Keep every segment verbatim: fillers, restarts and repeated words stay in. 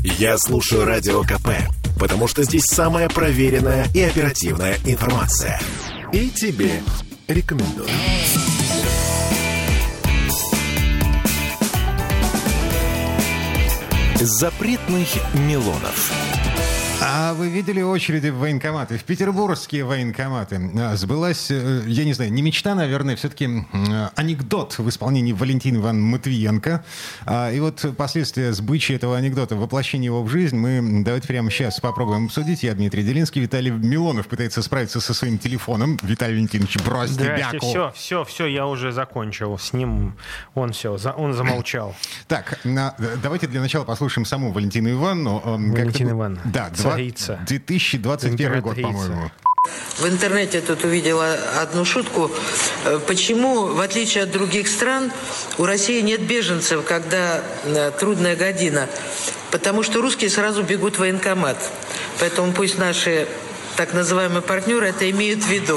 Я слушаю Радио КП, потому что здесь самая проверенная и оперативная информация. И тебе рекомендую. Запретных Милонов. А вы видели очереди в военкоматы? В петербургские военкоматы. Сбылась, я не знаю, не мечта, наверное, все-таки анекдот в исполнении Валентины Ивановны Матвиенко. И вот последствия сбычи этого анекдота, воплощение его в жизнь, мы давайте прямо сейчас попробуем обсудить. Я Дмитрий Делинский, Виталий Милонов пытается справиться со своим телефоном. Виталий Валентинович, брось тебя. Все, все, все, я уже закончил с ним. Он все, он замолчал. Так, давайте для начала послушаем саму Валентину Ивановну. Валентина Ивановна. Да, две тысячи двадцать первый год, по-моему. В интернете тут увидела одну шутку. Почему, в отличие от других стран, у России нет беженцев, когда трудная година? Потому что русские сразу бегут в военкомат. Поэтому пусть наши так называемые партнеры это имеют в виду.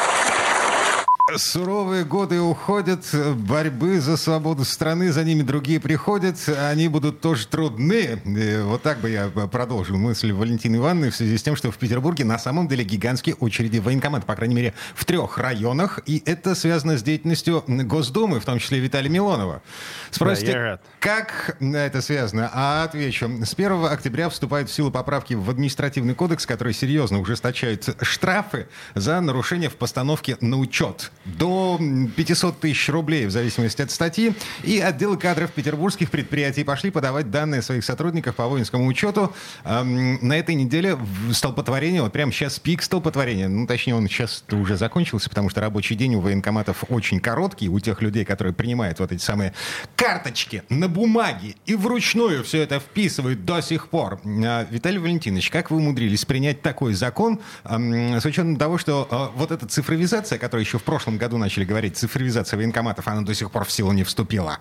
Суровые годы уходят, борьбы за свободу страны, за ними другие приходят, они будут тоже трудны. И вот так бы я продолжил мысль Валентины Ивановны в связи с тем, что в Петербурге на самом деле гигантские очереди в военкомат, по крайней мере, в трех районах, и это связано с деятельностью Госдумы, в том числе Виталия Милонова. Спросите, да, как это связано? А отвечу. С первого октября вступают в силу поправки в административный кодекс, которые серьезно ужесточают штрафы за нарушение в постановке на учет. До пятьсот тысяч рублей в зависимости от статьи. И отделы кадров петербургских предприятий пошли подавать данные своих сотрудников по воинскому учету. Эм, на этой неделе столпотворение, вот прямо сейчас пик столпотворения, ну точнее он сейчас уже закончился, потому что рабочий день у военкоматов очень короткий, у тех людей, которые принимают вот эти самые карточки на бумаге и вручную все это вписывают до сих пор. Э, Виталий Валентинович, как вы умудрились принять такой закон, э, с учетом того, что э, вот эта цифровизация, которая еще в прошлом году начали говорить, цифровизация военкоматов, она до сих пор в силу не вступила?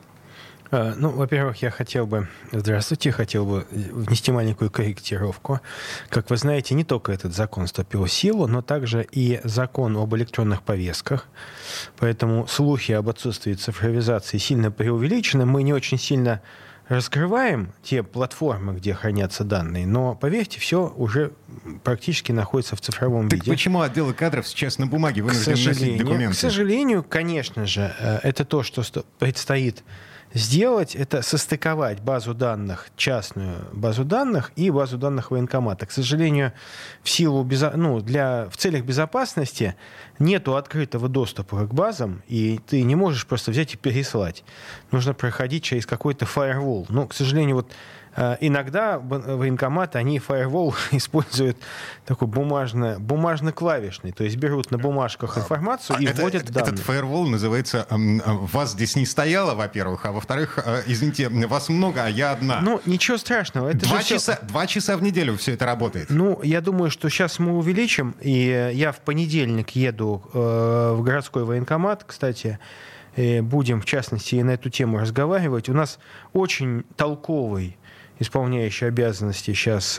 Ну, во-первых, я хотел бы, здравствуйте, хотел бы внести маленькую корректировку. Как вы знаете, не только этот закон вступил в силу, но также и закон об электронных повестках. Поэтому слухи об отсутствии цифровизации сильно преувеличены. Мы не очень сильно раскрываем те платформы, где хранятся данные, но, поверьте, все уже практически находится в цифровом так виде. Так почему отделы кадров сейчас на бумаге вынуждены носить документы? К сожалению, конечно же, это то, что предстоит сделать, это состыковать базу данных, частную базу данных и базу данных военкомата. К сожалению, в силу безо... ну, для... в целях безопасности нету открытого доступа к базам, и ты не можешь просто взять и переслать. Нужно проходить через какой-то фаервол. Но, к сожалению, вот иногда военкоматы, они фаервол используют такой бумажно, бумажно-клавишный, то есть берут на бумажках информацию и это, вводят это, данные. Этот фаервол называется «Вас здесь не стояло», во-первых, а во-вторых, извините, вас много, а я одна. Ну, ничего страшного. Это два, же часа, все... два часа в неделю все это работает. Ну, я думаю, что сейчас мы увеличим, и я в понедельник еду э, в городской военкомат, кстати, будем, в частности, на эту тему разговаривать. У нас очень толковый исполняющий обязанности сейчас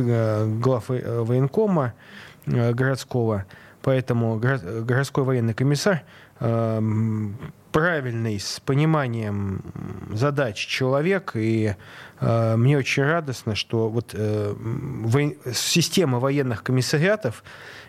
глав военкома городского, поэтому городской военный комиссар правильный, с пониманием задач человек, и мне очень радостно, что вот система военных комиссариатов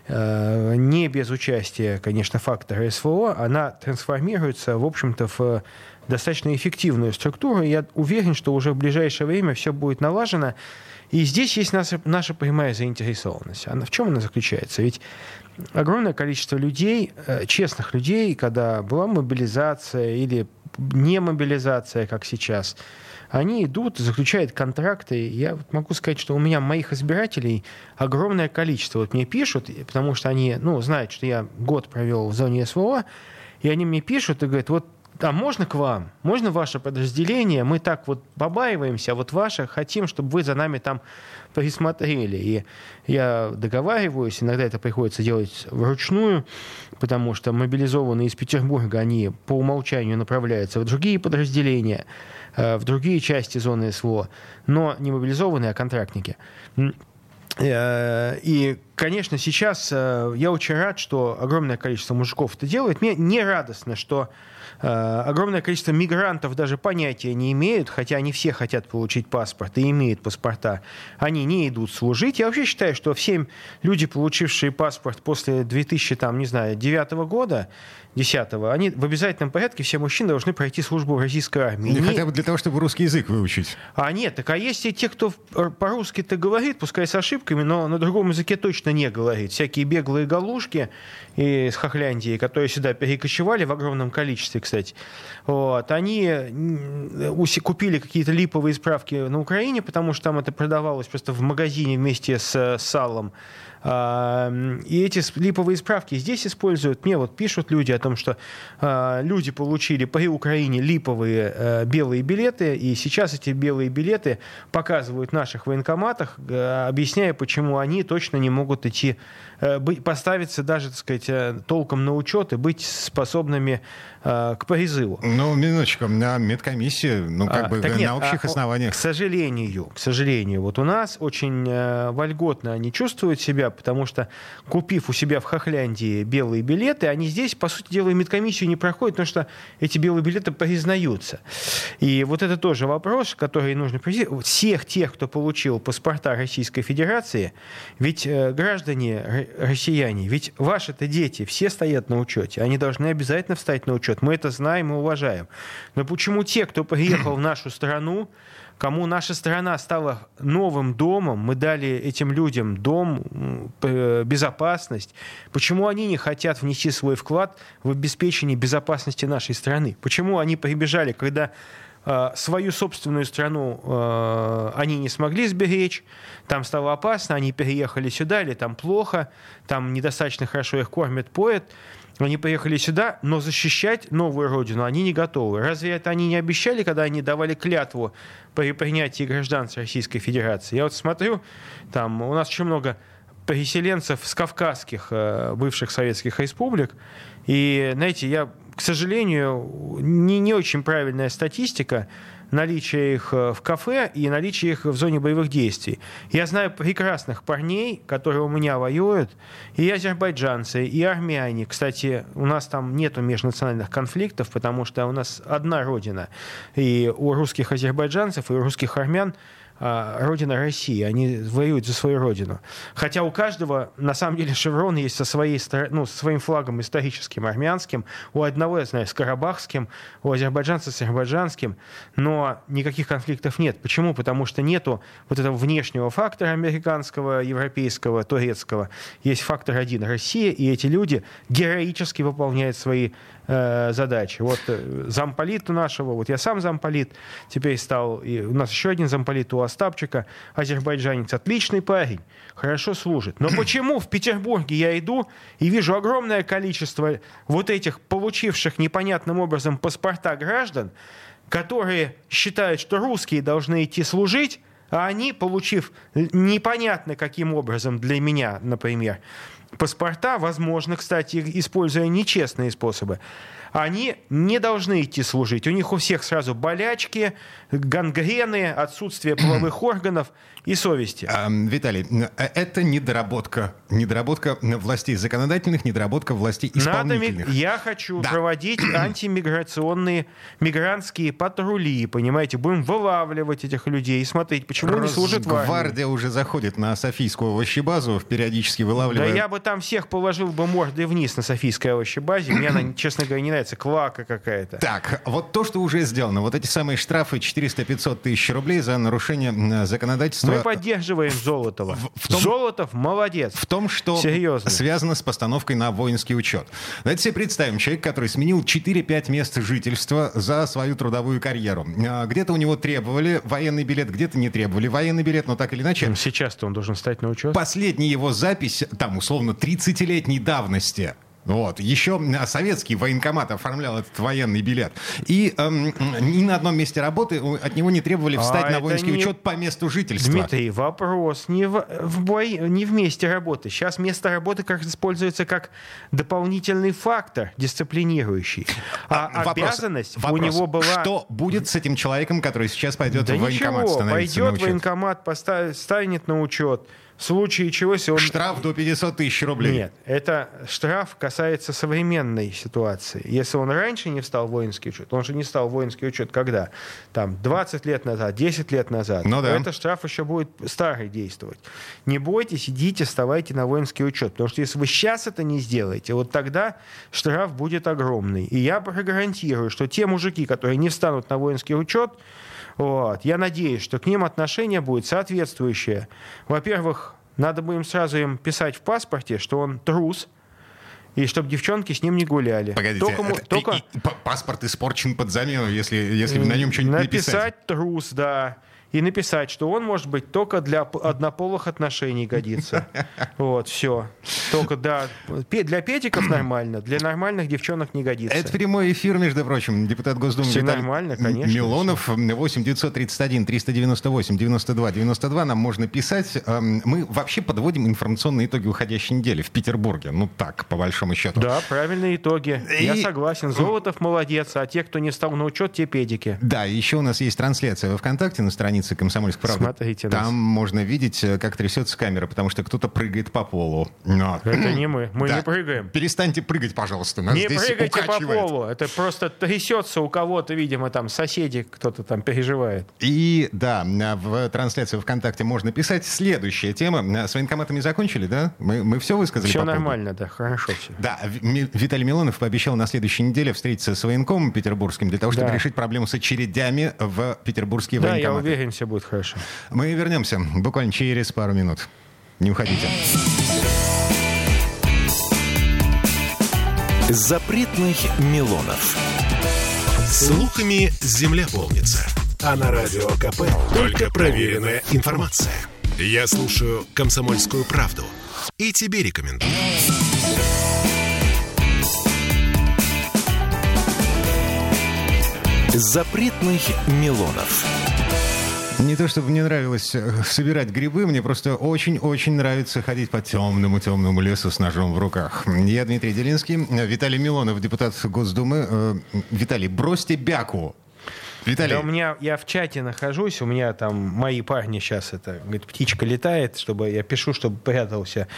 не без участия, конечно, фактора СВО, она трансформируется, в общем-то, в достаточно эффективную структуру. Я уверен, что уже в ближайшее время все будет налажено. И здесь есть наша, наша прямая заинтересованность. Она, в чем она заключается? Ведь огромное количество людей, честных людей, когда была мобилизация или не мобилизация, как сейчас, они идут, заключают контракты. Я вот могу сказать, что у меня моих избирателей огромное количество. Вот мне пишут, потому что они ну, знают, что я год провел в зоне СВО, и они мне пишут и говорят, вот а можно к вам? Можно ваше подразделение? Мы так вот побаиваемся, а вот ваше хотим, чтобы вы за нами там присмотрели. И я договариваюсь, иногда это приходится делать вручную, потому что мобилизованные из Петербурга, они по умолчанию направляются в другие подразделения, в другие части зоны СВО, но не мобилизованные, а контрактники. И конечно, сейчас э, я очень рад, что огромное количество мужиков это делает. Мне не радостно, что э, огромное количество мигрантов даже понятия не имеют, хотя они все хотят получить паспорт и имеют паспорта. Они не идут служить. Я вообще считаю, что все люди, получившие паспорт после две тысячи, там, не знаю, девятого года, десятого, они в обязательном порядке, все мужчины должны пройти службу в российской армии. Не не... хотя бы для того, чтобы русский язык выучить. А нет, так а есть и те, кто по-русски-то говорит, пускай с ошибками, но на другом языке точно не говорит. Всякие беглые галушки из Хохляндии, которые сюда перекочевали в огромном количестве, кстати, вот, они купили какие-то липовые справки на Украине, потому что там это продавалось просто в магазине вместе с салом. И эти липовые справки здесь используют. Мне вот пишут люди о том, что люди получили по Украине липовые белые билеты, и сейчас эти белые билеты показывают в наших военкоматах, объясняя, почему они точно не могут идти, поставиться даже, так сказать, толком на учет и быть способными к призыву. Ну, минуточку, на медкомиссии, ну, как а, бы на нет, общих а, основаниях. К сожалению, к сожалению, вот у нас очень вольготно они чувствуют себя, потому что, купив у себя в Хохляндии белые билеты, они здесь, по сути дела, и медкомиссию не проходят, потому что эти белые билеты признаются. И вот это тоже вопрос, который нужно прийти. Всех тех, кто получил паспорта Российской Федерации, ведь граждане россияне, ведь ваши-то дети все стоят на учете, они должны обязательно встать на учет. Мы это знаем и уважаем. Но почему те, кто приехал в нашу страну, кому наша страна стала новым домом, мы дали этим людям дом, безопасность, почему они не хотят внести свой вклад в обеспечение безопасности нашей страны? Почему они прибежали, когда э, свою собственную страну э, они не смогли сберечь, там стало опасно, они переехали сюда, или там плохо, там недостаточно хорошо их кормят, поят. Они поехали сюда, но защищать новую родину они не готовы. Разве это они не обещали, когда они давали клятву при принятии гражданства Российской Федерации? Я вот смотрю, там у нас очень много переселенцев с кавказских бывших советских республик. И, знаете, я, к сожалению, не, не очень правильная статистика наличие их в кафе и наличие их в зоне боевых действий. Я знаю прекрасных парней, которые у меня воюют, и азербайджанцы, и армяне. Кстати, у нас там нету межнациональных конфликтов, потому что у нас одна родина. И у русских азербайджанцев, и у русских армян родина России, они воюют за свою родину. Хотя у каждого, на самом деле, шеврон есть со, своей, ну, со своим флагом историческим, армянским, у одного, я знаю, с карабахским, у азербайджанца с азербайджанским, но никаких конфликтов нет. Почему? Потому что нету вот этого внешнего фактора американского, европейского, турецкого. Есть фактор один — Россия, и эти люди героически выполняют свои э, задачи. Вот э, замполит у нашего, вот я сам замполит, теперь стал, и у нас еще один замполит у Остапчика, азербайджанец, отличный парень, хорошо служит. Но почему в Петербурге я иду и вижу огромное количество вот этих получивших непонятным образом паспорта граждан, которые считают, что русские должны идти служить, а они, получив непонятно каким образом для меня, например, паспорта, возможно, кстати, используя нечестные способы, они не должны идти служить. У них у всех сразу болячки, гангрены, отсутствие половых органов и совести. А, Виталий, это недоработка. Недоработка властей законодательных, недоработка властей исполнительных. Надо, я хочу да. проводить антимиграционные, мигрантские патрули, понимаете? Будем вылавливать этих людей и смотреть, почему они служат в армии. Гвардия уже заходит на Софийскую овощебазу, периодически вылавливая. Да я бы там всех положил бы мордой вниз на Софийской овощебазе. Мне она, честно говоря, не нравится. Клака какая-то. Так, вот то, что уже сделано, вот эти самые штрафы четыреста-пятьсот тысяч рублей за нарушение законодательства. Мы поддерживаем Золотова. В, в том, Золотов молодец. В том, что серьезно связано с постановкой на воинский учет. Давайте себе представим человека, который сменил четыре-пять мест жительства за свою трудовую карьеру. Где-то у него требовали военный билет, где-то не требовали военный билет, но так или иначе. Сейчас-то он должен стать на учет. Последняя его запись, там, условно, тридцатилетней давности. Вот. Еще советский военкомат оформлял этот военный билет. И эм, ни на одном месте работы от него не требовали встать а на воинский не... учет по месту жительства. Дмитрий, вопрос не в, в бой... не в месте работы. Сейчас место работы как используется как дополнительный фактор дисциплинирующий. А, а вопрос, обязанность вопрос. у него была... Что будет с этим человеком, который сейчас пойдет да в военкомат ничего, становиться пойдет в военкомат, поставит, станет на учет. В случае чего, если он... Штраф до пятьсот тысяч рублей. Нет, это штраф касается современной ситуации. Если он раньше не встал в воинский учет, он же не встал в воинский учет когда? Там двадцать лет назад, десять лет назад. Ну, да. Это штраф еще будет старый действовать. Не бойтесь, идите, вставайте на воинский учет. Потому что если вы сейчас это не сделаете, вот тогда штраф будет огромный. И я гарантирую, что те мужики, которые не встанут на воинский учет, вот, я надеюсь, что к ним отношение будет соответствующее. Во-первых, надо будет сразу им писать в паспорте, что он трус, и чтобы девчонки с ним не гуляли. Погодите, только, это, только... И, и, паспорт испорчен под замену, если, если на нем что-нибудь написать. Написать трус, да. И написать, что он, может быть, только для однополых отношений годится. Вот, все. Только, да. Для педиков нормально, для нормальных девчонок не годится. Это прямой эфир, между прочим. Депутат Госдумы Все Виталий нормально, конечно. Милонов. восемь девятьсот тридцать один триста девяносто восемь девяносто два девяносто два. Нам можно писать. Мы вообще подводим информационные итоги уходящей недели в Петербурге. Ну так, по большому счету. Да, правильные итоги. И... Я согласен. Золотов молодец, а те, кто не стал на учет, те педики. Да, еще у нас есть трансляция во ВКонтакте на странице «Комсомольской правды». Смотрите Там нас. можно видеть, как трясется камера, потому что кто-то прыгает по полу. Но... Это не мы. Мы да. не прыгаем. Перестаньте прыгать, пожалуйста. Нас не здесь прыгайте укачивает. по полу. Это просто трясется у кого-то, видимо, там соседи, кто-то там переживает. И да, в трансляции ВКонтакте можно писать. Следующая тема. С военкоматами закончили, да? Мы, мы все высказали? Все по поводу? нормально, да, хорошо все. Да, Виталий Милонов пообещал на следующей неделе встретиться с военкомом петербургским для того, чтобы да. решить проблему с очередями в петербургские да, военкоматы. Да, я уверен, все будет хорошо. Мы вернемся буквально через пару минут. Не уходите. Запретных Милонов. Слухами земля полнится. А на радио КП только проверенная информация. Я слушаю «Комсомольскую правду» и тебе рекомендую. Запретных Милонов. Не то чтобы мне нравилось собирать грибы, мне просто очень-очень нравится ходить по темному-темному лесу с ножом в руках. Я Дмитрий Делинский, Виталий Милонов, депутат Госдумы. Виталий, бросьте бяку. Виталий. Да, у меня, я в чате нахожусь, у меня там мои парни сейчас, это, говорит, птичка летает, чтобы я пишу, чтобы прятался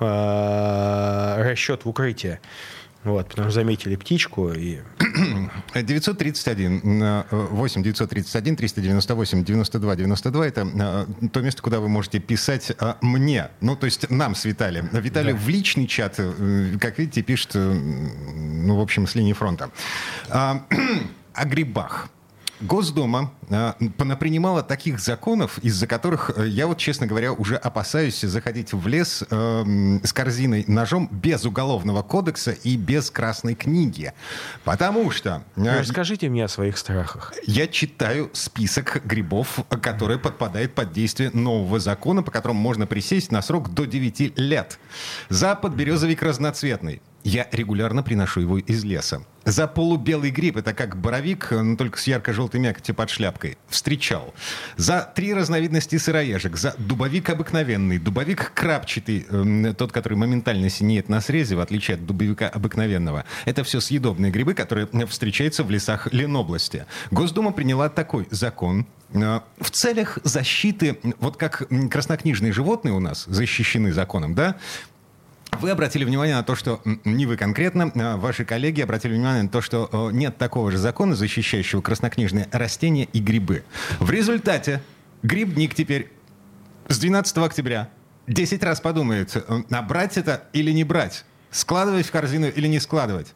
э, расчет в укрытие. Вот, потому что заметили птичку и... девятьсот тридцать один, восемь девятьсот тридцать один триста девяносто восемь девяносто два девяносто два это то место, куда вы можете писать мне, ну, то есть нам с Виталием. Виталий да. в личный чат, как видите, пишет, ну, в общем, с линии фронта. О грибах. Госдума э, понапринимала таких законов, из-за которых э, я вот, честно говоря, уже опасаюсь заходить в лес э, с корзиной ножом без уголовного кодекса и без красной книги. Потому что... Э, Расскажите мне о своих страхах. Я читаю список грибов, который подпадает под действие нового закона, по которому можно присесть на срок до девяти лет. За подберезовик разноцветный. Я регулярно приношу его из леса. За полубелый гриб, это как боровик, но только с ярко-желтой мякотью под шляпкой, встречал. За три разновидности сыроежек. За дубовик обыкновенный, дубовик крапчатый, э, тот, который моментально синеет на срезе, в отличие от дубовика обыкновенного. Это все съедобные грибы, которые встречаются в лесах Ленобласти. Госдума приняла такой закон э, в целях защиты, вот как краснокнижные животные у нас защищены законом, да? Вы обратили внимание на то, что, не вы конкретно, а ваши коллеги обратили внимание на то, что нет такого же закона, защищающего краснокнижные растения и грибы. В результате грибник теперь с двенадцатого октября десять раз подумает, а брать это или не брать, складывать в корзину или не складывать.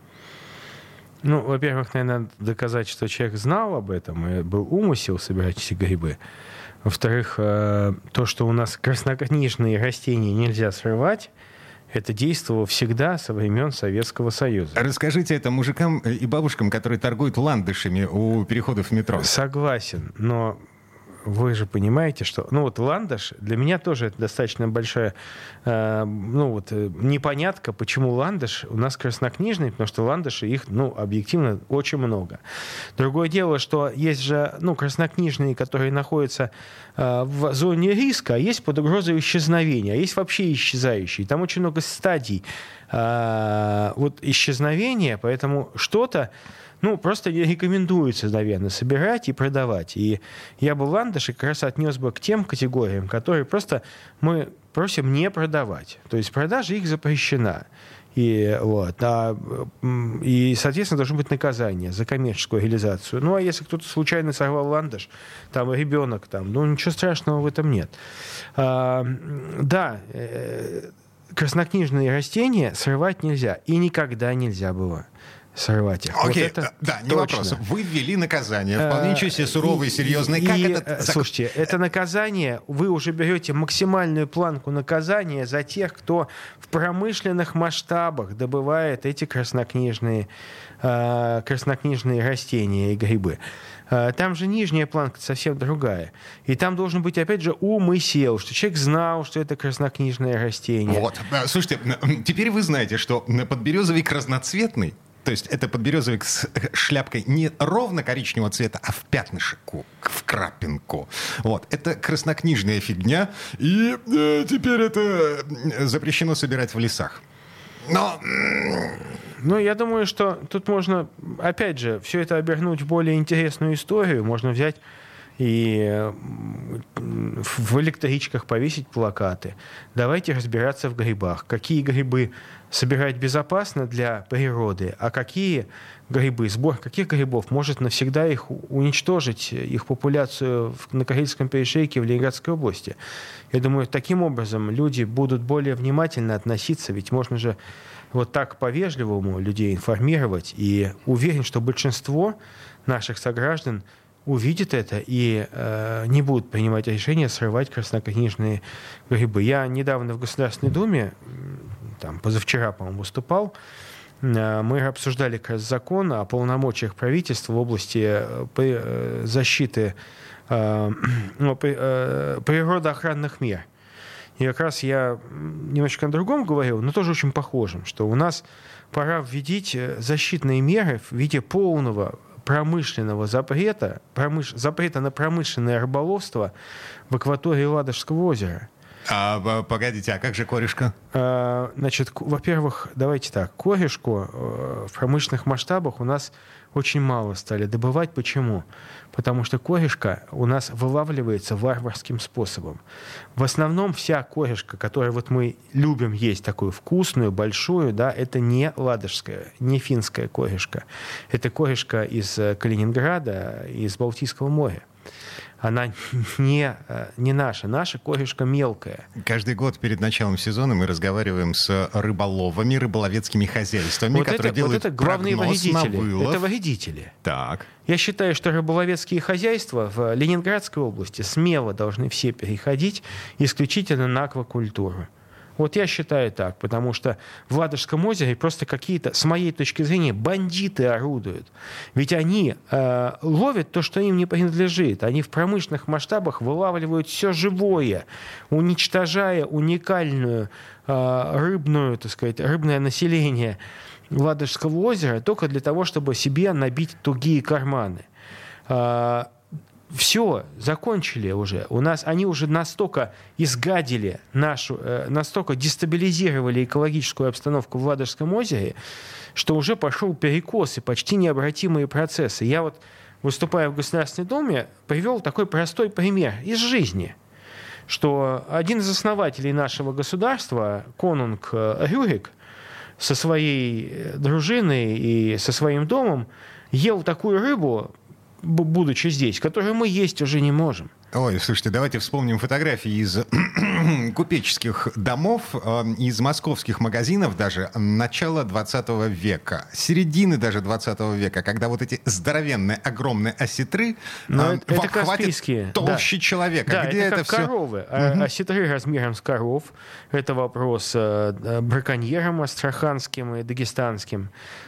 Ну, во-первых, наверное, надо доказать, что человек знал об этом и был умысел собирать эти грибы. Во-вторых, то, что у нас краснокнижные растения нельзя срывать, это действовало всегда со времен Советского Союза. Расскажите это мужикам и бабушкам, которые торгуют ландышами у переходов в метро. Согласен, но вы же понимаете, что... Ну вот ландыш, для меня тоже это достаточно большая э, ну вот, непонятка, почему ландыш у нас краснокнижный, потому что ландыши, их, ну, объективно очень много. Другое дело, что есть же, ну, краснокнижные, которые находятся э, в зоне риска, а есть под угрозой исчезновения, а есть вообще исчезающие. Там очень много стадий э, вот исчезновения, поэтому что-то ну, просто не рекомендуется, наверное, собирать и продавать. И я бы ландыши как раз отнес бы к тем категориям, которые просто мы просим не продавать. То есть продажа их запрещена. И, вот, а, и, соответственно, должно быть наказание за коммерческую реализацию. Ну, а если кто-то случайно сорвал ландыш, там, ребенок, там, ну, ничего страшного в этом нет. А, да, краснокнижные растения срывать нельзя. И никогда нельзя было срывать их. Окей, вот это да, не точно. вопрос. Вы ввели наказание, вполне ничего себе суровое, и, серьезное. И, как и, это... Слушайте, это наказание, вы уже берете максимальную планку наказания за тех, кто в промышленных масштабах добывает эти краснокнижные, э, краснокнижные растения и грибы. Э, там же нижняя планка совсем другая. И там должен быть, опять же, умысел, что человек знал, что это краснокнижное растение. Вот. Слушайте, теперь вы знаете, что подберезовик разноцветный, то есть это подберезовик с шляпкой не ровно коричневого цвета, а в пятнышку, в крапинку. Вот. Это краснокнижная фигня, и э, теперь это запрещено собирать в лесах. Но... Ну, я думаю, что тут можно, опять же, все это обернуть в более интересную историю. Можно взять и в электричках повесить плакаты. Давайте разбираться в грибах. Какие грибы собирать безопасно для природы, а какие грибы, сбор каких грибов может навсегда их уничтожить, их популяцию на Карельском перешейке в Ленинградской области. Я думаю, таким образом люди будут более внимательно относиться, ведь можно же вот так по-вежливому людей информировать, и уверен, что большинство наших сограждан увидят это и э, не будут принимать решение срывать краснокнижные грибы. Я недавно в Государственной Думе, там, позавчера, по-моему, выступал, э, мы обсуждали как раз закон о полномочиях правительства в области э, защиты э, ну, э, природоохранных мер. И как раз я немножечко о другом говорил, но тоже очень похожем, что у нас пора вводить защитные меры в виде полного промышленного запрета, промыш... запрета на промышленное рыболовство в акватории Ладожского озера. А, погодите, а как же корешка? А, значит, во-первых, давайте так, корешку в промышленных масштабах у нас очень мало стали добывать. Почему? Потому что корешка у нас вылавливается варварским способом. В основном вся корешка, которую вот мы любим есть, такую вкусную, большую, да, это не ладожская, не финская корешка. Это корешка из Калининграда, из Балтийского моря. Она не, не наша. Наша корешка мелкая. Каждый год перед началом сезона мы разговариваем с рыболовами, рыболовецкими хозяйствами, вот которые это, делают вот это главные прогноз на вредители. вылов. Это вредители. Так. Я считаю, что рыболовецкие хозяйства в Ленинградской области смело должны все переходить исключительно на аквакультуру. Вот я считаю так, потому что в Ладожском озере просто какие-то, с моей точки зрения, бандиты орудуют. Ведь они э, ловят то, что им не принадлежит. Они в промышленных масштабах вылавливают все живое, уничтожая уникальную э, рыбную, так сказать, рыбное население Ладожского озера только для того, чтобы себе набить тугие карманы. Э, Все, закончили уже. У нас они уже настолько изгадили нашу, э, настолько дестабилизировали экологическую обстановку в Ладожском озере, что уже пошел перекос и почти необратимые процессы. Я вот, выступая в Государственной Думе, привел такой простой пример из жизни, что один из основателей нашего государства, конунг Рюрик, со своей дружиной и со своим домом ел такую рыбу, будучи здесь, которую мы есть уже не можем. Ой, слушайте, давайте вспомним фотографии из купеческих домов, из московских магазинов даже начала двадцатого века, середины даже двадцатого века, когда вот эти здоровенные, огромные осетры Но э, это хватит толще да. человека. Да, Где это, это как все? коровы. Угу. Осетры размером с коров. Это вопрос браконьерам астраханским и дагестанским.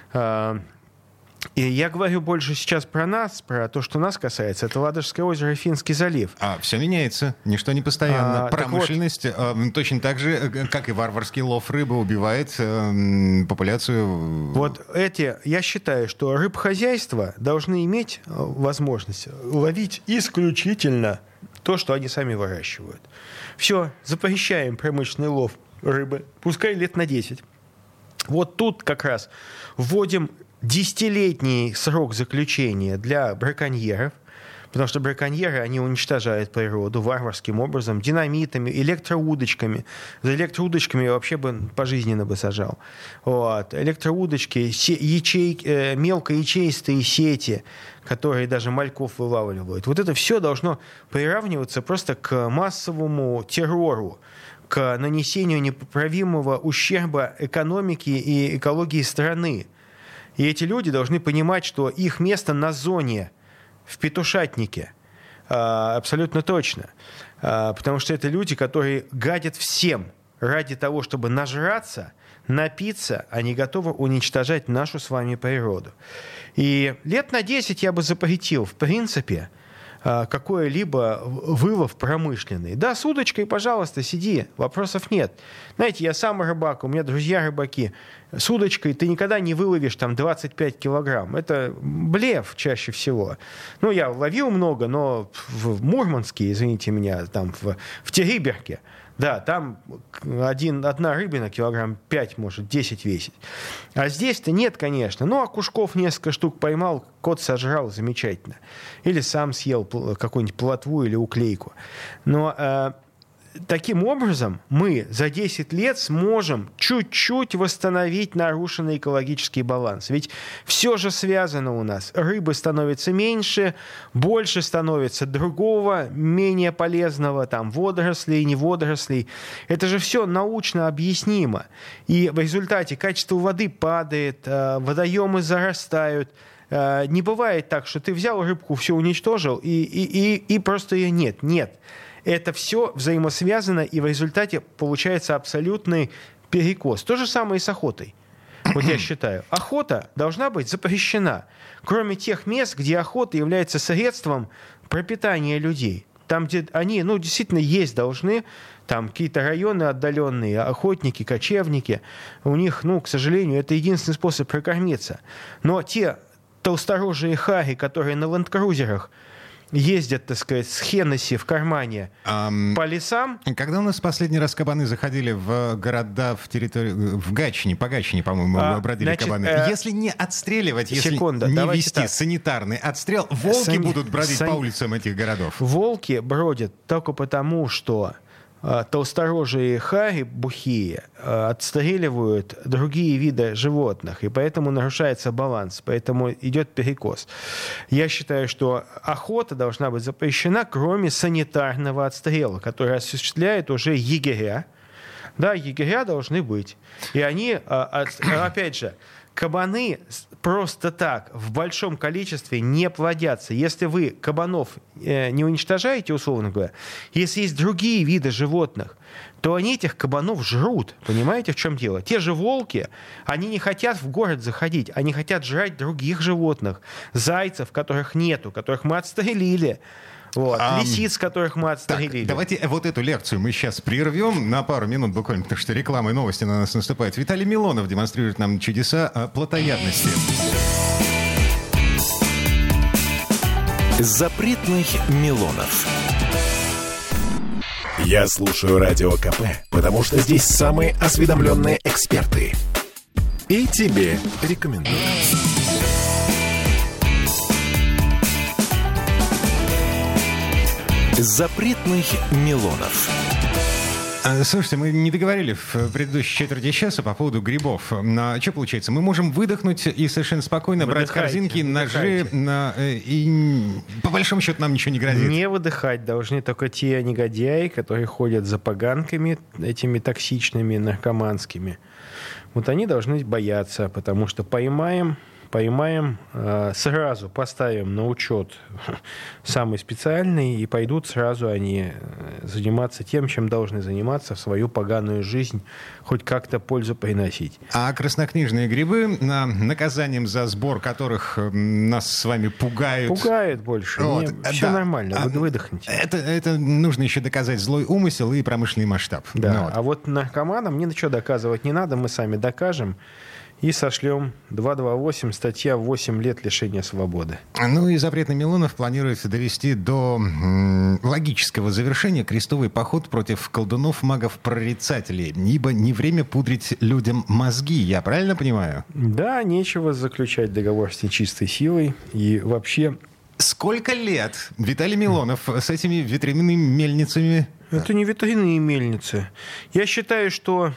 И я говорю больше сейчас про нас, про то, что нас касается. Это Ладожское озеро и Финский залив. А все меняется, ничто не постоянно. А, Промышленность вот, э, точно так же, как и варварский лов рыбы, убивает э, популяцию. Вот эти, я считаю, что рыбхозяйства должны иметь возможность ловить исключительно то, что они сами выращивают. Все, запрещаем промышленный лов рыбы, пускай лет на десять. Вот тут как раз вводим десятилетний срок заключения для браконьеров, потому что браконьеры, они уничтожают природу варварским образом, динамитами, электроудочками. За электроудочками я вообще бы пожизненно бы сажал. Вот. Электроудочки, ячей, э, мелкоячеистые сети, которые даже мальков вылавливают. Вот это все должно приравниваться просто к массовому террору, к нанесению непоправимого ущерба экономике и экологии страны. И эти люди должны понимать, что их место на зоне, в петушатнике. Абсолютно точно. Потому что это люди, которые гадят всем ради того, чтобы нажраться, напиться, они готовы уничтожать нашу с вами природу. И лет на десять я бы запретил, в принципе, какой-либо вылов промышленный. Да, с удочкой, пожалуйста, сиди, вопросов нет. Знаете, я сам рыбак, у меня друзья рыбаки. С удочкой ты никогда не выловишь там двадцать пять килограмм. Это блеф чаще всего. Ну, я ловил много, но в Мурманске, извините меня, там в, в Териберке, да, там один, одна рыбина килограмм пять, может, десять весит. А здесь-то нет, конечно. Ну, окушков несколько штук поймал, кот сожрал, замечательно. Или сам съел какую-нибудь плотву или уклейку. Но э, таким образом мы за десять лет сможем чуть-чуть восстановить нарушенный экологический баланс. Ведь все же связано у нас. Рыбы становится меньше, больше становится другого, менее полезного, там, водорослей, не водорослей. Это же все научно объяснимо. И в результате качество воды падает, водоемы зарастают. Не бывает так, что ты взял рыбку, все уничтожил, и, и, и, и просто ее нет. Нет. Это все взаимосвязано, и в результате получается абсолютный перекос. То же самое и с охотой. Вот я считаю, охота должна быть запрещена, кроме тех мест, где охота является средством пропитания людей. Там, где они, ну, действительно есть должны, там какие-то районы отдаленные, охотники, кочевники, у них, ну, к сожалению, это единственный способ прокормиться. Но те толсторожие хари, которые на ленд-крузерах ездят, так сказать, с Хеннесси в кармане um, по лесам. Когда у нас последний раз кабаны заходили в города, в территорию, в Гатчине, по Гатчине, по-моему, а, бродили значит, кабаны. Э, если не отстреливать, если секунда, не вести так. санитарный отстрел, волки Сани... будут бродить Сани... по улицам этих городов. Волки бродят только потому, что толсторожие хари бухие отстреливают другие виды животных, и поэтому нарушается баланс, поэтому идет перекос. Я считаю, что охота должна быть запрещена, кроме санитарного отстрела, который осуществляет уже егеря. Да, егеря должны быть. И они, опять же, кабаны просто так в большом количестве не плодятся. Если вы кабанов э, не уничтожаете, условно говоря, если есть другие виды животных, то они этих кабанов жрут. Понимаете, в чем дело? Те же волки, они не хотят в город заходить, они хотят жрать других животных. Зайцев, которых нету, которых мы отстрелили. Вот. А, лисиц, которых мы отстрелили. Так, давайте вот эту лекцию мы сейчас прервем на пару минут буквально, потому что реклама и новости на нас наступают. Виталий Милонов демонстрирует нам чудеса плотоядности. Запретных Милонов. Я слушаю Радио КП, потому что здесь самые осведомленные эксперты. И тебе рекомендую. Запретных Милонов. Слушайте, мы не договорили в предыдущей четверти часа по поводу грибов. А что получается? Мы можем выдохнуть и совершенно спокойно выдыхайте, брать корзинки, ножи, на, и по большому счету нам ничего не грозит. Не выдыхать должны только те негодяи, которые ходят за поганками, этими токсичными, наркоманскими. Вот они должны бояться, потому что поймаем... Поймаем, сразу поставим на учет самый специальный, и пойдут сразу они заниматься тем, чем должны заниматься в свою поганую жизнь, хоть как-то пользу приносить. А краснокнижные грибы, наказанием за сбор которых нас с вами пугают... Пугают больше. Вот. Не, все да. нормально, а, выдохните. Это, это нужно еще доказать злой умысел и промышленный масштаб. Да. Ну, вот. А вот наркоманам ни на что доказывать не надо, мы сами докажем. и сошлем два два восемь, статья восемь лет лишения свободы. Ну и запрет на Милонов планируется довести до м, логического завершения крестовый поход против колдунов, магов, прорицателей. Ибо не время пудрить людям мозги, я правильно понимаю? Да, нечего заключать договор с нечистой силой. И вообще... Сколько лет Виталий Милонов с этими ветряными мельницами? Это не ветряные мельницы. Я считаю, что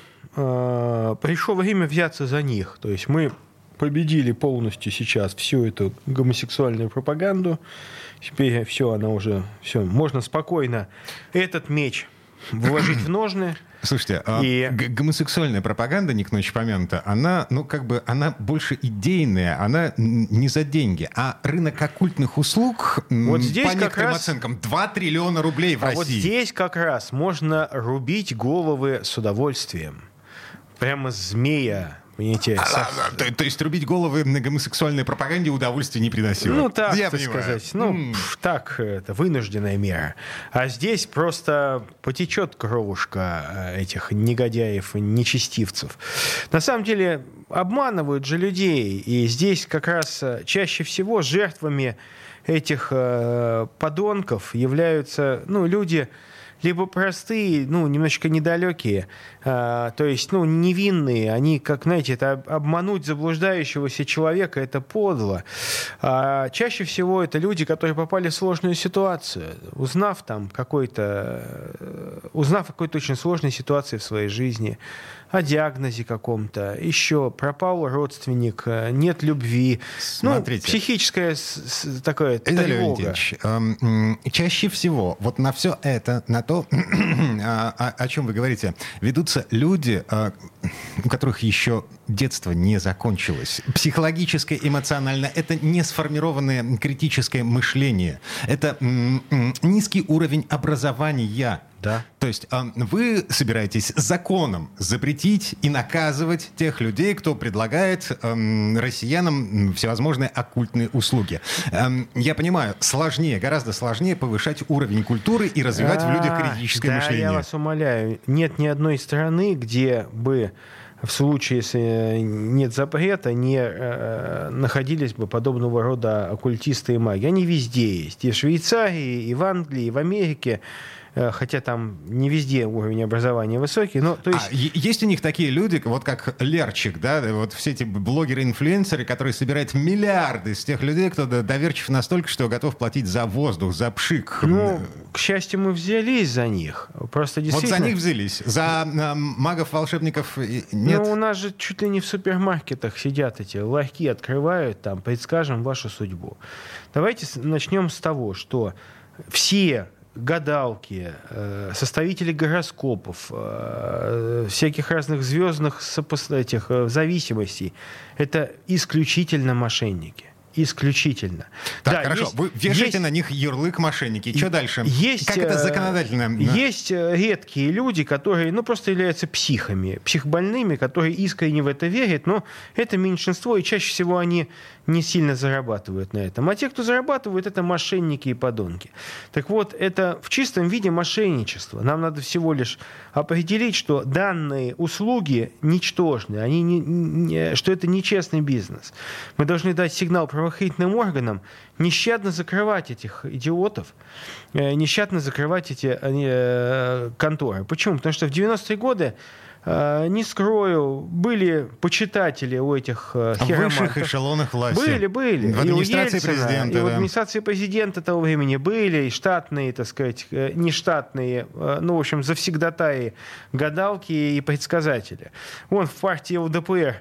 э, пришло время взяться за них. То есть мы победили полностью сейчас всю эту гомосексуальную пропаганду. Теперь все, она уже... Все, можно спокойно этот меч вложить в ножны. Слушайте, и... г- гомосексуальная пропаганда, не к ночи помянута, она, ну, как бы, она больше идейная, она не за деньги. А рынок оккультных услуг, вот здесь по некоторым раз... оценкам, два триллиона рублей в а России. Вот здесь как раз можно рубить головы с удовольствием. Прямо змея. Понимаете, а, со... а, то, то есть рубить головы на гомосексуальной пропаганде удовольствия не приносило? Ну, так, Я так понимаю. сказать. Ну, mm. пф, так, это вынужденная мера. А здесь просто потечет кровушка этих негодяев и нечестивцев. На самом деле обманывают же людей. И здесь как раз чаще всего жертвами этих э, подонков являются, ну, люди... либо простые, ну, немножечко недалекие, а, то есть, ну, невинные. Они, как, знаете, это обмануть заблуждающегося человека, это подло. А чаще всего это люди, которые попали в сложную ситуацию, узнав там какой-то, узнав о какой-то очень сложной ситуации в своей жизни, о диагнозе каком-то, еще пропал родственник, нет любви. Смотрите. Ну, психическая с, с, такая тревога. Эм, чаще всего вот на все это, на то, о, о, о чем вы говорите, ведутся люди, э, у которых еще детство не закончилось. Психологическое, эмоционально. Это не сформированное критическое мышление. Это м- м- низкий уровень образования. Да. То есть э, вы собираетесь законом запретить и наказывать тех людей, кто предлагает э, россиянам всевозможные оккультные услуги. Э, я понимаю, сложнее, гораздо сложнее повышать уровень культуры и развивать в людях критическое да, мышление. Я вас умоляю, нет ни одной страны, где бы в случае, если нет запрета, не э, находились бы подобного рода оккультисты и маги. Они везде есть. И в Швейцарии, и в Англии, и в Америке. Хотя там не везде уровень образования высокий, но то есть... А, есть у них такие люди, вот как Лерчик, да, вот все эти блогеры-инфлюенсеры, которые собирают миллиарды из тех людей, кто доверчив настолько, что готов платить за воздух, за пшик. Ну, к счастью, мы взялись за них. Просто действительно... Вот за них взялись. За э, магов, волшебников нет? Ну, у нас же чуть ли не в супермаркетах сидят эти ларьки, открывают там, предскажем вашу судьбу. Давайте начнем с того, что все гадалки, составители гороскопов, всяких разных звездных этих зависимостей — это исключительно мошенники. Исключительно. Так, да, хорошо. Есть, Вы вешаете есть, на них ярлык мошенники. Что дальше? Есть, как это законодательно? Есть редкие люди, которые, ну, просто являются психами, психбольными, которые искренне в это верят, но это меньшинство, и чаще всего они не сильно зарабатывают на этом. А те, кто зарабатывают, это мошенники и подонки. Так вот, это в чистом виде мошенничество. Нам надо всего лишь определить, что данные услуги ничтожны, они не, не, что это нечестный бизнес. Мы должны дать сигнал правоохранительным органам нещадно закрывать этих идиотов, нещадно закрывать эти э, конторы. Почему? Потому что в девяностые годы, не скрою, были почитатели у этих хиромантов. В высших эшелонах власти. Были, были. В администрации и Ельцина, президента. И в да. администрации президента того времени были, и штатные, так сказать, нештатные, ну, в общем, завсегдатаи, гадалки и предсказатели. Вон в партии ЛДПР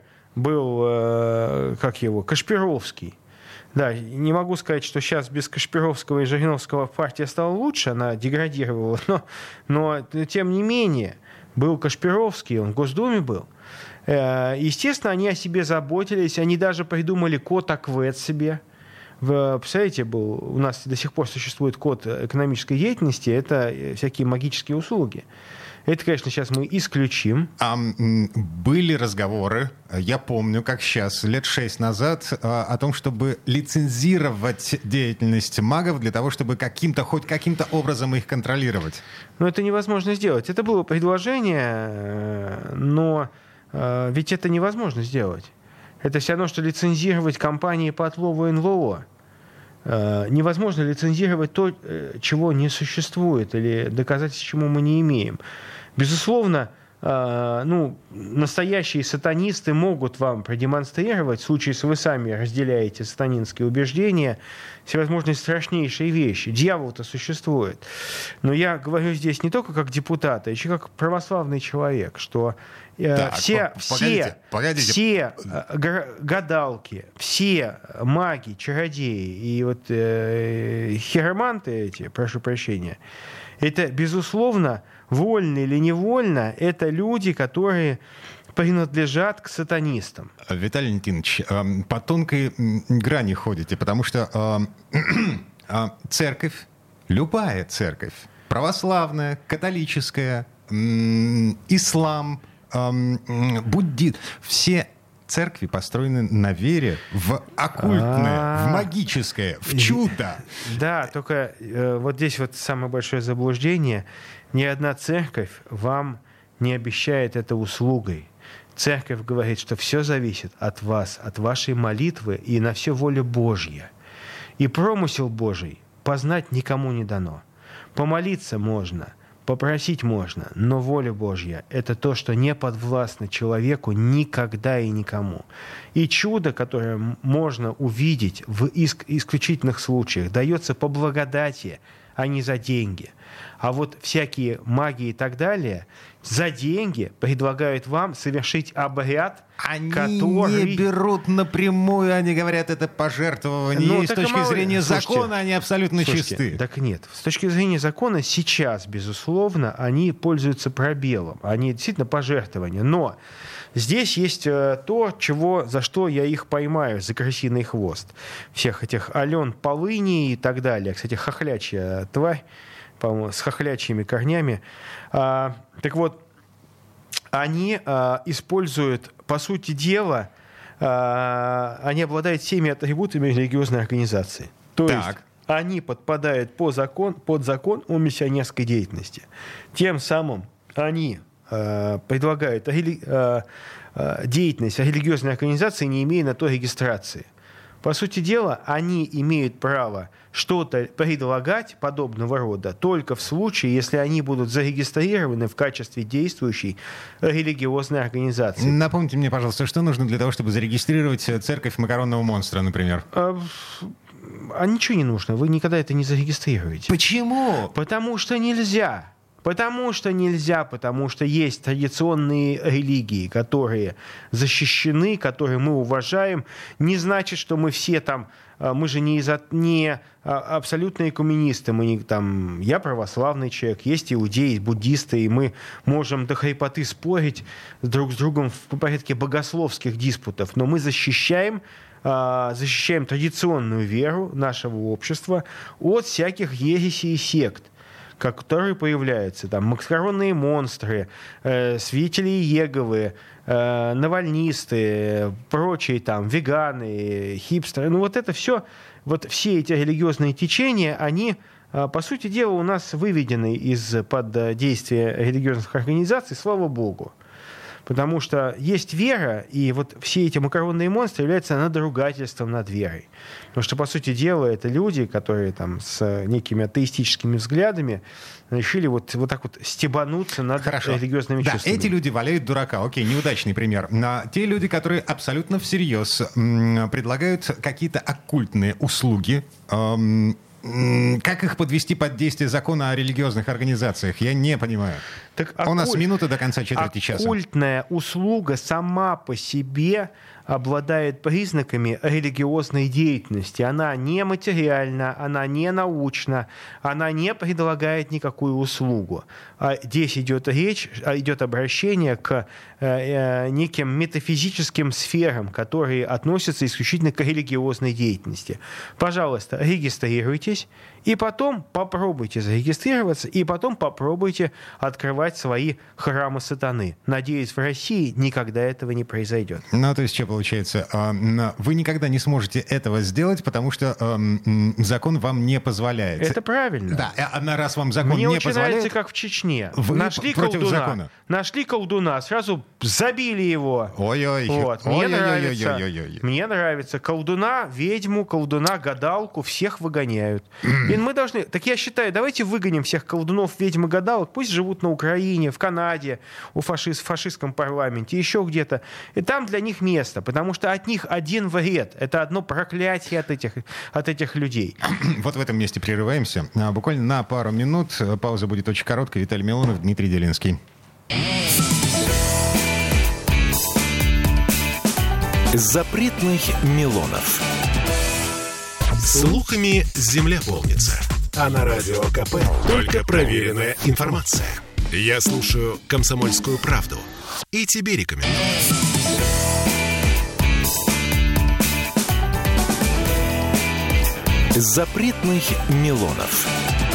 был, как его, Кашпировский. Да, не могу сказать, что сейчас без Кашпировского и Жириновского партия стала лучше, она деградировала, но, но тем не менее... Был Кашпировский, он в Госдуме был. Естественно, они о себе заботились, они даже придумали код АКВЭД себе. Представляете, был, у нас до сих пор существует код экономической деятельности, это всякие магические услуги. Это, конечно, сейчас мы исключим. А, были разговоры, я помню, как сейчас, лет шесть назад, о том, чтобы лицензировать деятельность магов для того, чтобы каким-то, хоть каким-то образом их контролировать. Но это невозможно сделать. Это было предложение, но ведь это невозможно сделать. Это все равно, что лицензировать компании по отлову эн вэ о. Невозможно лицензировать то, чего не существует, или доказательств, чему мы не имеем. Безусловно, ну, настоящие сатанисты могут вам продемонстрировать, в случае, если вы сами разделяете сатанинские убеждения, всевозможные страшнейшие вещи. Дьявол-то существует. Но я говорю здесь не только как депутат, а еще как православный человек, что так, все, погодите, все, погодите. все гадалки, все маги, чародеи и вот э, хироманты эти, прошу прощения, это, безусловно, вольно или невольно, это люди, которые принадлежат к сатанистам. Виталий Валентинович, по тонкой грани ходите, потому что э, церковь, любая церковь, православная, католическая, ислам, буддизм, все церкви построены на вере в оккультное, в магическое, в чудо. Да, только э, вот здесь вот самое большое заблуждение. Ни одна церковь вам не обещает это услугой. Церковь говорит, что все зависит от вас, от вашей молитвы, и на все воля Божья. И промысел Божий познать никому не дано. Помолиться можно, попросить можно, но воля Божья — это то, что не подвластно человеку никогда и никому. И чудо, которое можно увидеть в исключительных случаях, дается по благодати, а не за деньги. А вот всякие магии и так далее за деньги предлагают вам совершить обряд, они который... не берут напрямую, они говорят, это пожертвование. Ну, и с точки мало... зрения Слушайте, закона они абсолютно Слушайте, чисты. Так нет. С точки зрения закона сейчас, безусловно, они пользуются пробелом. Они действительно пожертвования. Но здесь есть то, чего, за что я их поймаю, за крысиный хвост. Всех этих Ален Полыни и так далее. Кстати, хохлячья тварь, по-моему, с хохлячьими корнями. А, так вот, они а, используют, по сути дела, а, они обладают всеми атрибутами религиозной организации. То так. есть они подпадают по закон, под закон о миссионерской деятельности. Тем самым они а, предлагают а, а, деятельность религиозной организации, не имея на то регистрации. По сути дела, они имеют право что-то предлагать подобного рода только в случае, если они будут зарегистрированы в качестве действующей религиозной организации. Напомните мне, пожалуйста, что нужно для того, чтобы зарегистрировать церковь макаронного монстра, например? А, а ничего не нужно. Вы никогда это не зарегистрируете. Почему? Потому что нельзя. Потому что нельзя, потому что есть традиционные религии, которые защищены, которые мы уважаем. Не значит, что мы все там, мы же не, изо, не абсолютные коммунисты, мы не, там, я православный человек, есть иудеи, есть буддисты, и мы можем до хрипоты спорить друг с другом в порядке богословских диспутов, но мы защищаем защищаем традиционную веру нашего общества от всяких ересей и сект, которые появляются, там, макаронные монстры, э, свидетели Иеговы, э, навальнисты, прочие там, веганы, хипстеры. Ну вот это все, вот все эти религиозные течения, они, э, по сути дела, у нас выведены из-под действия религиозных организаций, слава богу. Потому что есть вера, и вот все эти макаронные монстры являются надругательством над верой. Потому что, по сути дела, это люди, которые там с некими атеистическими взглядами решили вот, вот так вот стебануться над Хорошо. религиозными да, чувствами. Эти люди валяют дурака. Окей, неудачный пример. Но те люди, которые абсолютно всерьез м, предлагают какие-то оккультные услуги, эм, как их подвести под действие закона о религиозных организациях? Я не понимаю. Так оккуль... У нас минута до конца четверти часа. Оккультная услуга сама по себе обладает признаками религиозной деятельности. Она не материальна, она не научна, она не предлагает никакую услугу. А здесь идет речь, идет обращение к э, неким метафизическим сферам, которые относятся исключительно к религиозной деятельности. Пожалуйста, регистрируйтесь И потом попробуйте зарегистрироваться, и потом попробуйте открывать свои храмы сатаны. Надеюсь, в России никогда этого не произойдет. Ну, то есть, что получается? Вы никогда не сможете этого сделать, потому что э, закон вам не позволяет. Это правильно. Да, а на раз вам закон Мне не очень позволяет... нравится, как в Чечне. Вы Нашли против колдуна, закона. нашли колдуна, сразу забили его. Ой-ой, вот. Мне, ой-ой, нравится, ой-ой-ой-ой. мне нравится. Колдуна, ведьму, колдуна, гадалку всех выгоняют. И мы должны... Так я считаю, давайте выгоним всех колдунов, ведьм и гадалок, пусть живут на Украине, в Канаде, у фашист, в фашистском парламенте, еще где-то. И там для них место, потому что от них один вред. Это одно проклятие от этих, от этих людей. Вот в этом месте прерываемся. Буквально на пару минут. Пауза будет очень короткая. Виталий Милонов, Дмитрий Делинский. Запретных Милонов. Слухами земля полнится. А на Радио КП только проверенная информация. Я слушаю «Комсомольскую правду» и тебе рекомендую. Запретных Милонов.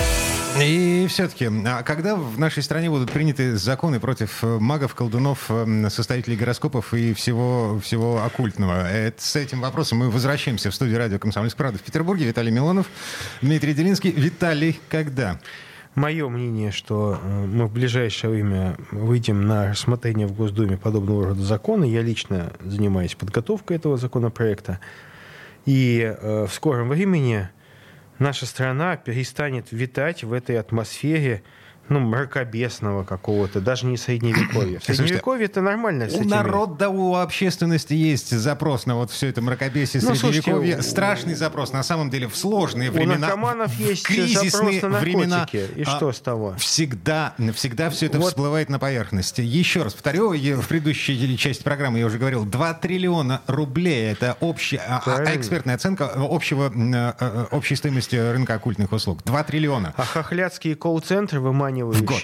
И все-таки, а когда в нашей стране будут приняты законы против магов, колдунов, составителей гороскопов и всего, всего оккультного? Это, с этим вопросом мы возвращаемся в студию радио «Комсомольская правда» в Петербурге. Виталий Милонов, Дмитрий Делинский. Виталий, когда? Мое мнение, что мы в ближайшее время выйдем на рассмотрение в Госдуме подобного рода закона. Я лично занимаюсь подготовкой этого законопроекта. И э, в скором времени наша страна перестанет витать в этой атмосфере, ну, мракобесного какого-то, даже не средневековья. В средневековье это нормально. У народа, у общественности есть запрос на вот все это мракобесие, ну, средневековье. Слушайте, Страшный запрос, на самом деле, в сложные времена. У наркоманов есть кризисные запрос на наркотики. Времена, и что с того? Всегда, всегда все это вот. всплывает на поверхности. Еще раз повторю, в предыдущей части программы я уже говорил, два триллиона рублей. Это общая, а, экспертная оценка общего, общей стоимости рынка оккультных услуг. два триллиона. А хохлядские колл-центры выманивают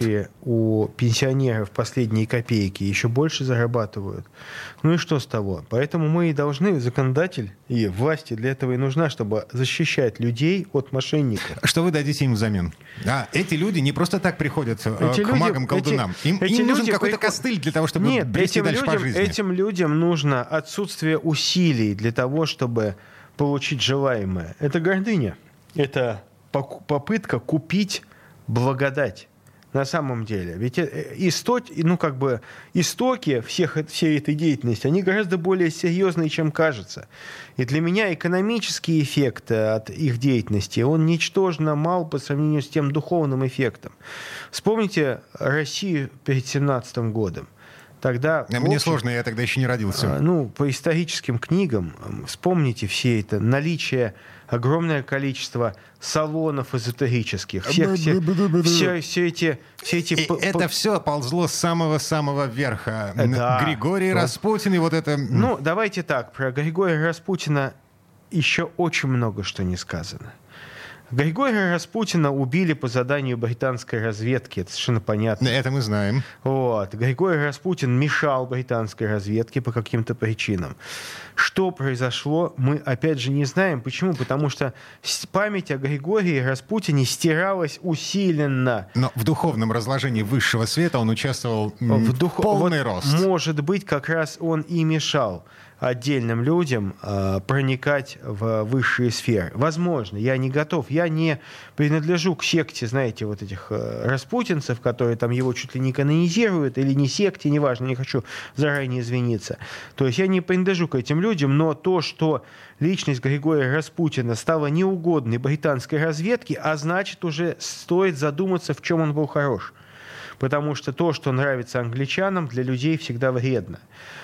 у пенсионеров последние копейки, еще больше зарабатывают. Ну и что с того? Поэтому мы и должны, законодатель и власти для этого и нужна, чтобы защищать людей от мошенников. Что вы дадите им взамен? А, эти люди не просто так приходят эти к люди, магам-колдунам. Им, эти им нужен люди какой-то приход... костыль для того, чтобы Нет, брести дальше людям, по жизни. Этим людям нужно отсутствие усилий для того, чтобы получить желаемое. Это гордыня. Это попытка купить благодать. На самом деле. Ведь истоки, ну, как бы, истоки всех, всей этой деятельности, они гораздо более серьезные, чем кажется. И для меня экономический эффект от их деятельности, он ничтожно мал по сравнению с тем духовным эффектом. Вспомните Россию перед семнадцатым годом. Тогда, Мне общем, сложно, я тогда еще не родился. Ну, по историческим книгам вспомните все это наличие, огромное количество салонов эзотерических. Всех, все, все, все эти... Все эти и п- это п- все ползло с самого-самого верха. Да. Григорий Да. Распутин и вот это... Ну, давайте так. Про Григория Распутина еще очень много что не сказано. Григория Распутина убили по заданию британской разведки. Это совершенно понятно. Это мы знаем. Вот. Григорий Распутин мешал британской разведке по каким-то причинам. Что произошло, мы опять же не знаем. Почему? Потому что память о Григории Распутине стиралась усиленно. Но в духовном разложении высшего света он участвовал в дух... полный вот, рост. Может быть, как раз он и мешал отдельным людям э, проникать в высшие сферы. Возможно, я не готов. Я не принадлежу к секте, знаете, вот этих э, распутинцев, которые там его чуть ли не канонизируют, или не секте, неважно, не хочу заранее извиниться. То есть я не принадлежу к этим людям, но то, что личность Григория Распутина стала неугодной британской разведке, а значит, уже стоит задуматься, в чем он был хорош. Потому что то, что нравится англичанам, для людей всегда вредно.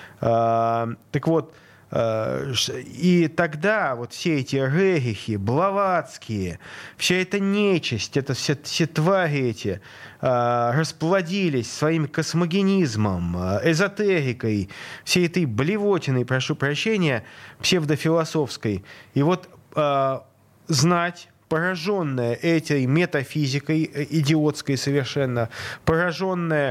А, так вот, а, и тогда вот все эти рерихи, Блаватские, вся эта нечисть, это все, все твари эти а, расплодились своим космогенизмом, эзотерикой, всей этой блевотиной, прошу прощения, псевдофилософской. И вот а, знать, пораженная этой метафизикой, идиотской совершенно, пораженная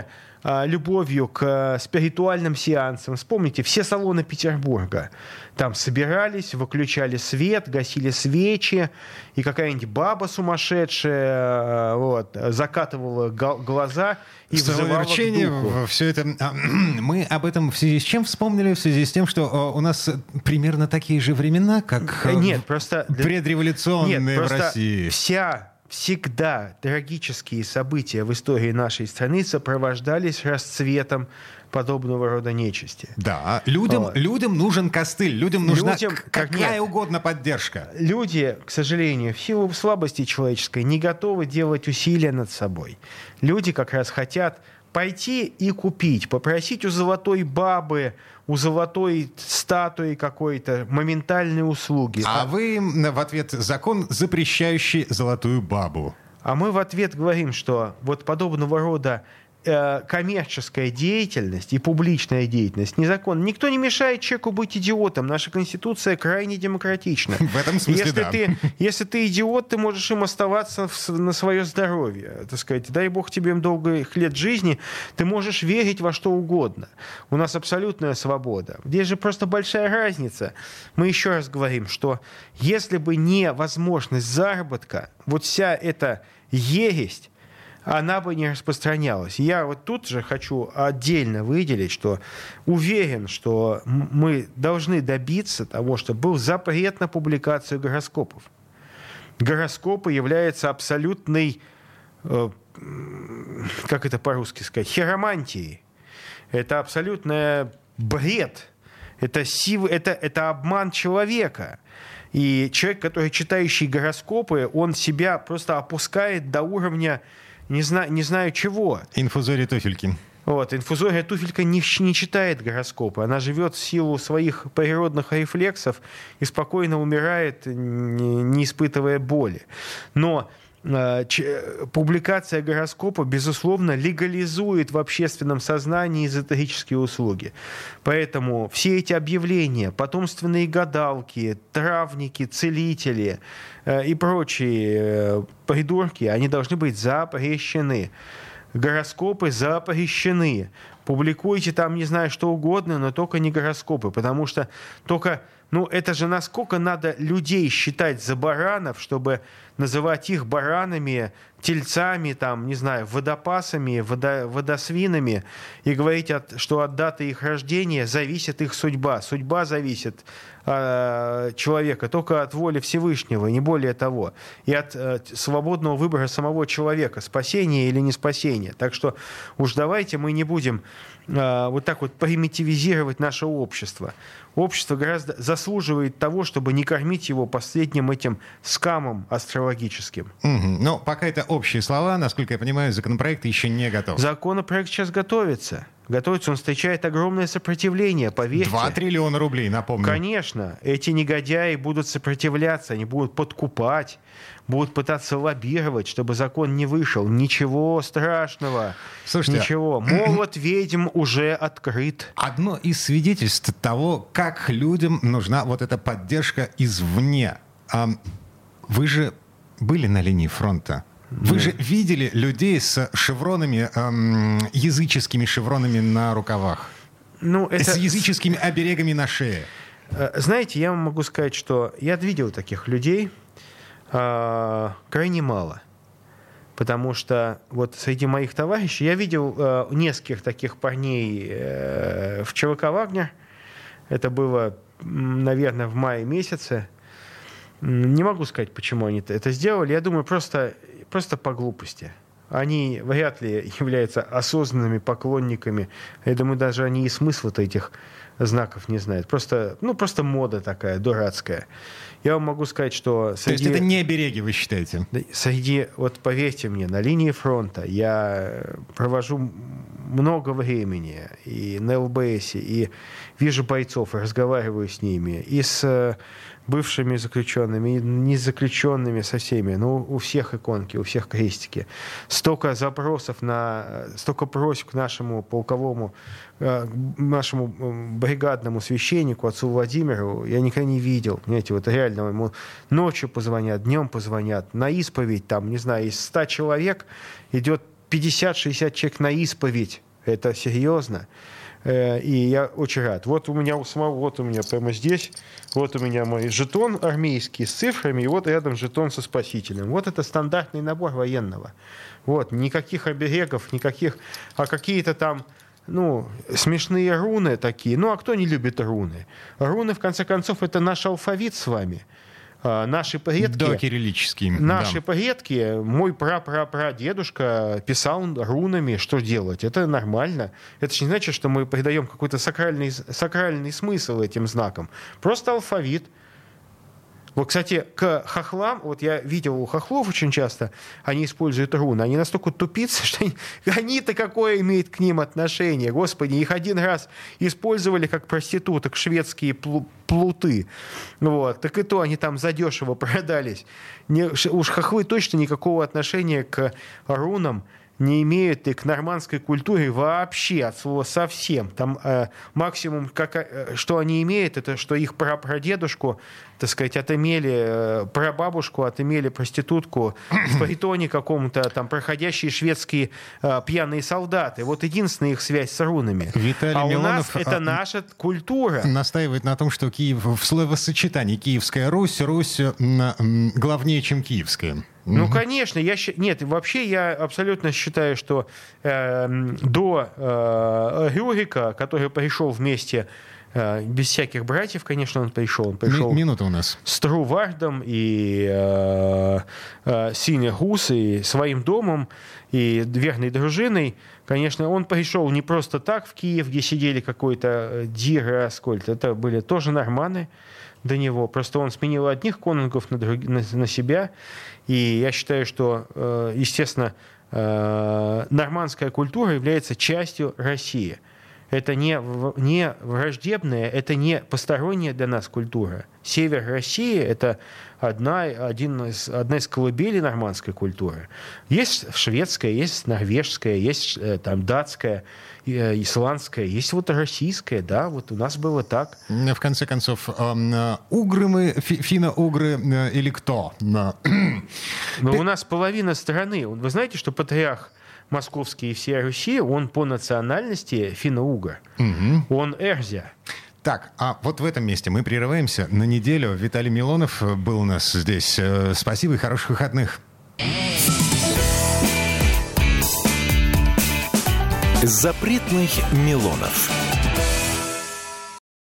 любовью к спиритуальным сеансам. Вспомните, все салоны Петербурга. Там собирались, выключали свет, гасили свечи, и какая-нибудь баба сумасшедшая вот, закатывала глаза и взывала к духу. Все это... Мы об этом в связи с чем вспомнили? В связи с тем, что у нас примерно такие же времена, как Нет, просто... предреволюционные Нет, в России. Вся... Всегда трагические события в истории нашей страны сопровождались расцветом подобного рода нечисти. Да, людям, вот. людям нужен костыль, людям нужна людям, какая нет, угодно поддержка. Люди, к сожалению, в силу слабости человеческой не готовы делать усилия над собой. Люди как раз хотят пойти и купить, попросить у золотой бабы, у золотой статуи какой-то моментальные услуги. А, а вы в ответ закон, запрещающий золотую бабу. А мы в ответ говорим, что вот подобного рода коммерческая деятельность и публичная деятельность незаконна. Никто не мешает человеку быть идиотом. Наша Конституция крайне демократична. В этом смысле, если да. Ты, если ты идиот, ты можешь им оставаться в, на свое здоровье. Так сказать, дай Бог тебе долгих лет жизни. Ты можешь верить во что угодно. У нас абсолютная свобода. Здесь же просто большая разница. Мы еще раз говорим, что если бы не возможность заработка, вот вся эта ересь, она бы не распространялась. Я вот тут же хочу отдельно выделить, что уверен, что мы должны добиться того, чтобы был запрет на публикацию гороскопов. Гороскопы являются абсолютной, э, как это по-русски сказать, хиромантией. Это абсолютный бред. Это, сив... это, это обман человека. И человек, который читающий гороскопы, он себя просто опускает до уровня Не знаю, не знаю чего. Инфузория туфельки. Вот, инфузория туфелька не, не читает гороскопы. Она живет в силу своих природных рефлексов и спокойно умирает, не, не испытывая боли. Но э, ч, публикация гороскопа, безусловно, легализует в общественном сознании эзотерические услуги. Поэтому все эти объявления, потомственные гадалки, травники, целители и прочие придурки, они должны быть запрещены. Гороскопы запрещены. Публикуйте там, не знаю, что угодно, но только не гороскопы, потому что только, ну, это же насколько надо людей считать за баранов, чтобы называть их баранами, тельцами, там, не знаю, водопасами, водо, водосвинами, и говорить, от, что от даты их рождения зависит их судьба. Судьба зависит э, человека только от воли Всевышнего, не более того, и от э, свободного выбора самого человека, спасение или не спасение. Так что уж давайте мы не будем э, вот так вот примитивизировать наше общество. Общество гораздо заслуживает того, чтобы не кормить его последним этим скамом астрологическим. Угу. Но пока это общие слова, насколько я понимаю, законопроект еще не готов. Законопроект сейчас готовится. Готовится, он встречает огромное сопротивление, поверьте. Два триллиона рублей, напомню. Конечно. Эти негодяи будут сопротивляться, они будут подкупать, будут пытаться лоббировать, чтобы закон не вышел. Ничего страшного. Слушайте, ничего. Молот ведьм уже открыт. Одно из свидетельств того, как людям нужна вот эта поддержка извне. Вы же были на линии фронта. Вы же видели людей с шевронами, эм, языческими шевронами на рукавах, ну, это... с языческими оберегами на шее. Знаете, я вам могу сказать, что я видел таких людей э, крайне мало. Потому что вот среди моих товарищей я видел э, нескольких таких парней э, в ЧВК «Вагнер». Это было, наверное, в мае месяце. Не могу сказать, почему они это сделали. Я думаю, просто... Просто по глупости. Они вряд ли являются осознанными поклонниками. Я думаю, даже они и смысла-то этих знаков не знают. Просто, ну, просто мода такая, дурацкая. Я вам могу сказать, что... Среди... То есть это не обереги, вы считаете? Среди, вот поверьте мне, на линии фронта я провожу много времени и на ЛБСе, и вижу бойцов, и разговариваю с ними, и с бывшими заключенными, и не заключенными, со всеми. Ну, у всех иконки, у всех крестики. Столько запросов на... Столько просьб к нашему полковому, нашему бригадному священнику, отцу Владимиру, я никогда не видел. Понимаете, вот реально ему ночью позвонят, днем позвонят, на исповедь, там, не знаю, из ста человек идет пятьдесят-шестьдесят человек на исповедь Это серьезно. И я очень рад. Вот у меня у самого, вот у меня прямо здесь, вот у меня мой жетон армейский с цифрами, и вот рядом жетон со спасителем. Вот это стандартный набор военного. Вот, никаких оберегов, никаких, а какие-то там, ну, смешные руны такие. Ну, а кто не любит руны? Руны, в конце концов, это наш алфавит с вами. Наши предки, да, кириллический. Наши да. предки, мой прапрапрадедушка писал рунами, что делать. Это нормально. Это же не значит, что мы придаем какой-то сакральный, сакральный смысл этим знакам. Просто алфавит. Вот, кстати, к хохлам, вот я видел у хохлов очень часто, они используют руны, они настолько тупицы, что они, они-то какое имеют к ним отношение. Господи, их один раз использовали как проституток шведские плуты. Вот. Так и то они там задешево продались. Не, уж хохлы точно никакого отношения к рунам не имеют и к нормандской культуре вообще, от слова совсем. Там э, максимум, как, э, что они имеют, это что их прапрадедушку, так сказать, отымели, э, прабабушку отымели проститутку в притоне каком-то, там, проходящие шведские э, пьяные солдаты. Вот единственная их связь с рунами. Виталий а Милонов у нас это наша культура. Настаивает на том, что Киев в словосочетании «Киевская Русь», Русь главнее, чем «Киевская». Ну, конечно, я нет, вообще я абсолютно считаю, что э, до э, Рюрика, который пришел вместе, э, без всяких братьев, конечно, он пришел. Он пришел Минута у нас. С Трувардом и э, э, Синегус, и своим домом, и верной дружиной. Конечно, он пришел не просто так в Киев, где сидели какой-то Дир и Аскольд. Это были тоже норманы до него. Просто он сменил одних конунгов на, друг... на, на себя. И я считаю, что, естественно, нормандская культура является частью России. Это не, не враждебная, это не посторонняя для нас культура. Север России – это одна, один из, одна из колыбелей нормандской культуры. Есть шведская, есть норвежская, есть там, датская, исландская, есть вот российская, да, вот у нас было так. В конце концов, угры мы, финно-угры или кто? Но у нас половина страны. Вы знаете, что патриарх Московский и всей Руси, он по национальности финно-угр. Угу. Он эрзя. Так, а вот в этом месте мы прерываемся на неделю. Виталий Милонов был у нас здесь. Спасибо и хороших выходных. Запретных Милонов.